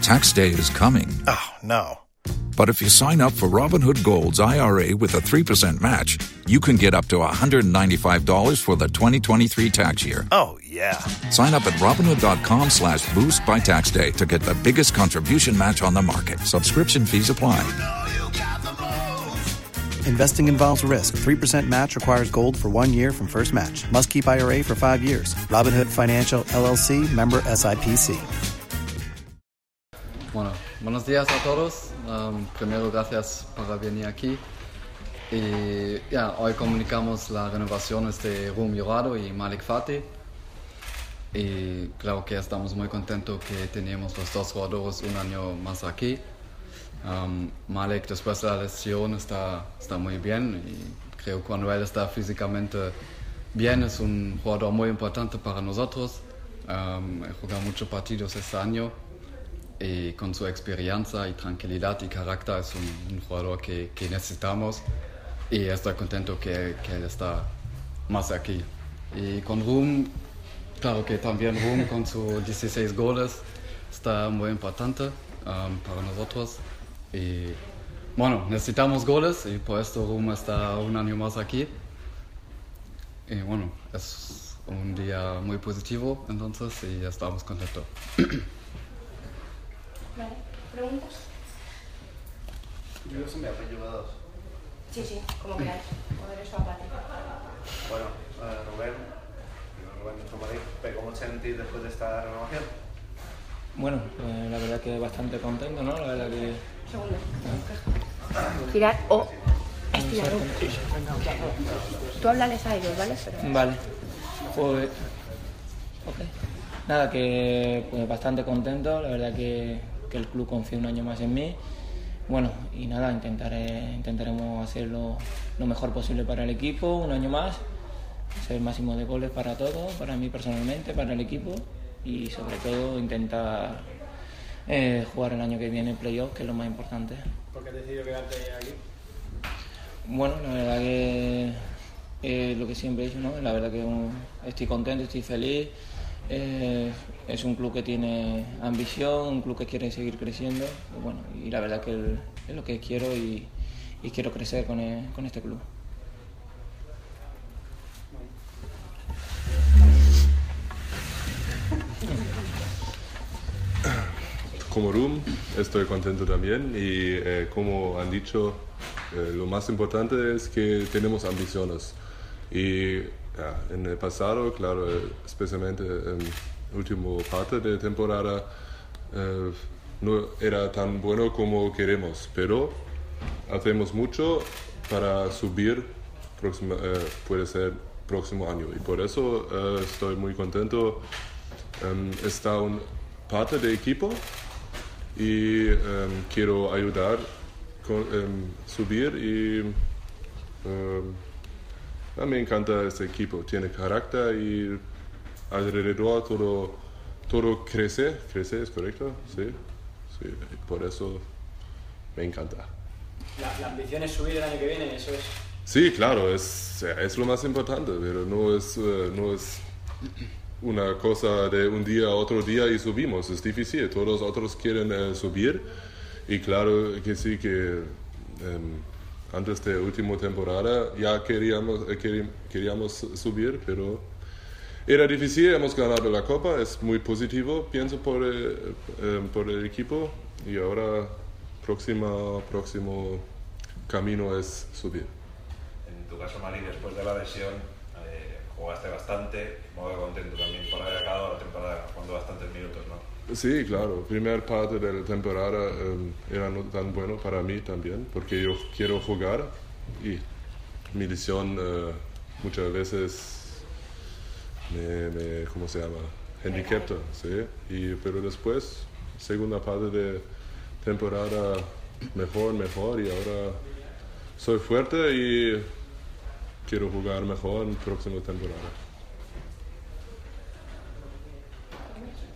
Tax day is coming. Oh, no. But if you sign up for Robinhood Gold's IRA with a 3% match, you can get up to $195 for the 2023 tax year. Oh, yeah. Sign up at Robinhood.com/boost by tax day to get the biggest contribution match on the market. Subscription fees apply. Investing involves risk. 3% match requires gold for 1 year from first match. Must keep IRA for 5 years. Robinhood Financial, LLC, member SIPC. Bueno, buenos días a todos. Primero, gracias por venir aquí. Y hoy comunicamos las renovaciones de Rum Jurado y Malik Fati. Y claro que estamos muy contentos que tenemos los dos jugadores un año más aquí. Malik, después de la lesión, está muy bien. Y creo que cuando él está físicamente bien, es un jugador muy importante para nosotros. He jugado muchos partidos este año. Y con su experiencia y tranquilidad y carácter es un jugador que necesitamos y estoy contento que él está más aquí. Y con Rum, claro que también Rum con sus 16 goles está muy importante para nosotros. Y bueno, necesitamos goles y por esto Rum está un año más aquí. Y bueno, es un día muy positivo entonces y estamos contentos. Vale, ¿preguntas? Yo se me apellido dos. Sí, como queráis. O derecho a Pati. Bueno, Rubén de Madrid, ¿cómo te sentís después de esta renovación? Bueno, la verdad que bastante contento, ¿no? La verdad que... Segundo. Girar o estirar. Tú háblales a ellos, ¿vale? Pero... Vale. Pues... Ok. Nada, que pues bastante contento, la verdad que el club confía un año más en mí. Bueno, y nada, intentaremos hacerlo lo mejor posible para el equipo, un año más, hacer el máximo de goles para todos, para mí personalmente, para el equipo y sobre todo intentar jugar el año que viene en playoff, que es lo más importante. ¿Por qué has decidido quedarte aquí? Bueno, la verdad que lo que siempre he dicho, ¿no? La verdad que estoy contento, estoy feliz. Es un club que tiene ambición, un club que quiere seguir creciendo y la verdad que es lo que quiero y quiero crecer con este club. Como Rum estoy contento también y como han dicho, lo más importante es que tenemos ambiciones y en el pasado, claro, especialmente en la última parte de temporada, no era tan bueno como queremos, pero hacemos mucho para subir, puede ser próximo año, y por eso estoy muy contento. Está una parte del equipo y quiero ayudar con subir y me encanta este equipo, tiene carácter y alrededor todo crece, ¿es correcto? Sí, por eso me encanta. La ambición es subir el año que viene, eso es... Sí, claro, es lo más importante, pero no es una cosa de un día a otro día y subimos, es difícil, todos los otros quieren subir y claro que sí que... antes de la última temporada ya queríamos subir, pero era difícil, hemos ganado la Copa, es muy positivo, pienso, por el equipo y ahora próximo camino es subir. En tu caso, Mari, después de la lesión jugaste bastante, muy contento también por haber acabado la temporada jugando bastantes minutos, ¿no? Sí, claro. Primera parte de la temporada era no tan bueno para mí también, porque yo quiero jugar y mi lesión muchas veces me ¿cómo se llama? Handicapta, sí. Pero después, segunda parte de temporada, mejor y ahora soy fuerte y quiero jugar mejor en la próxima temporada.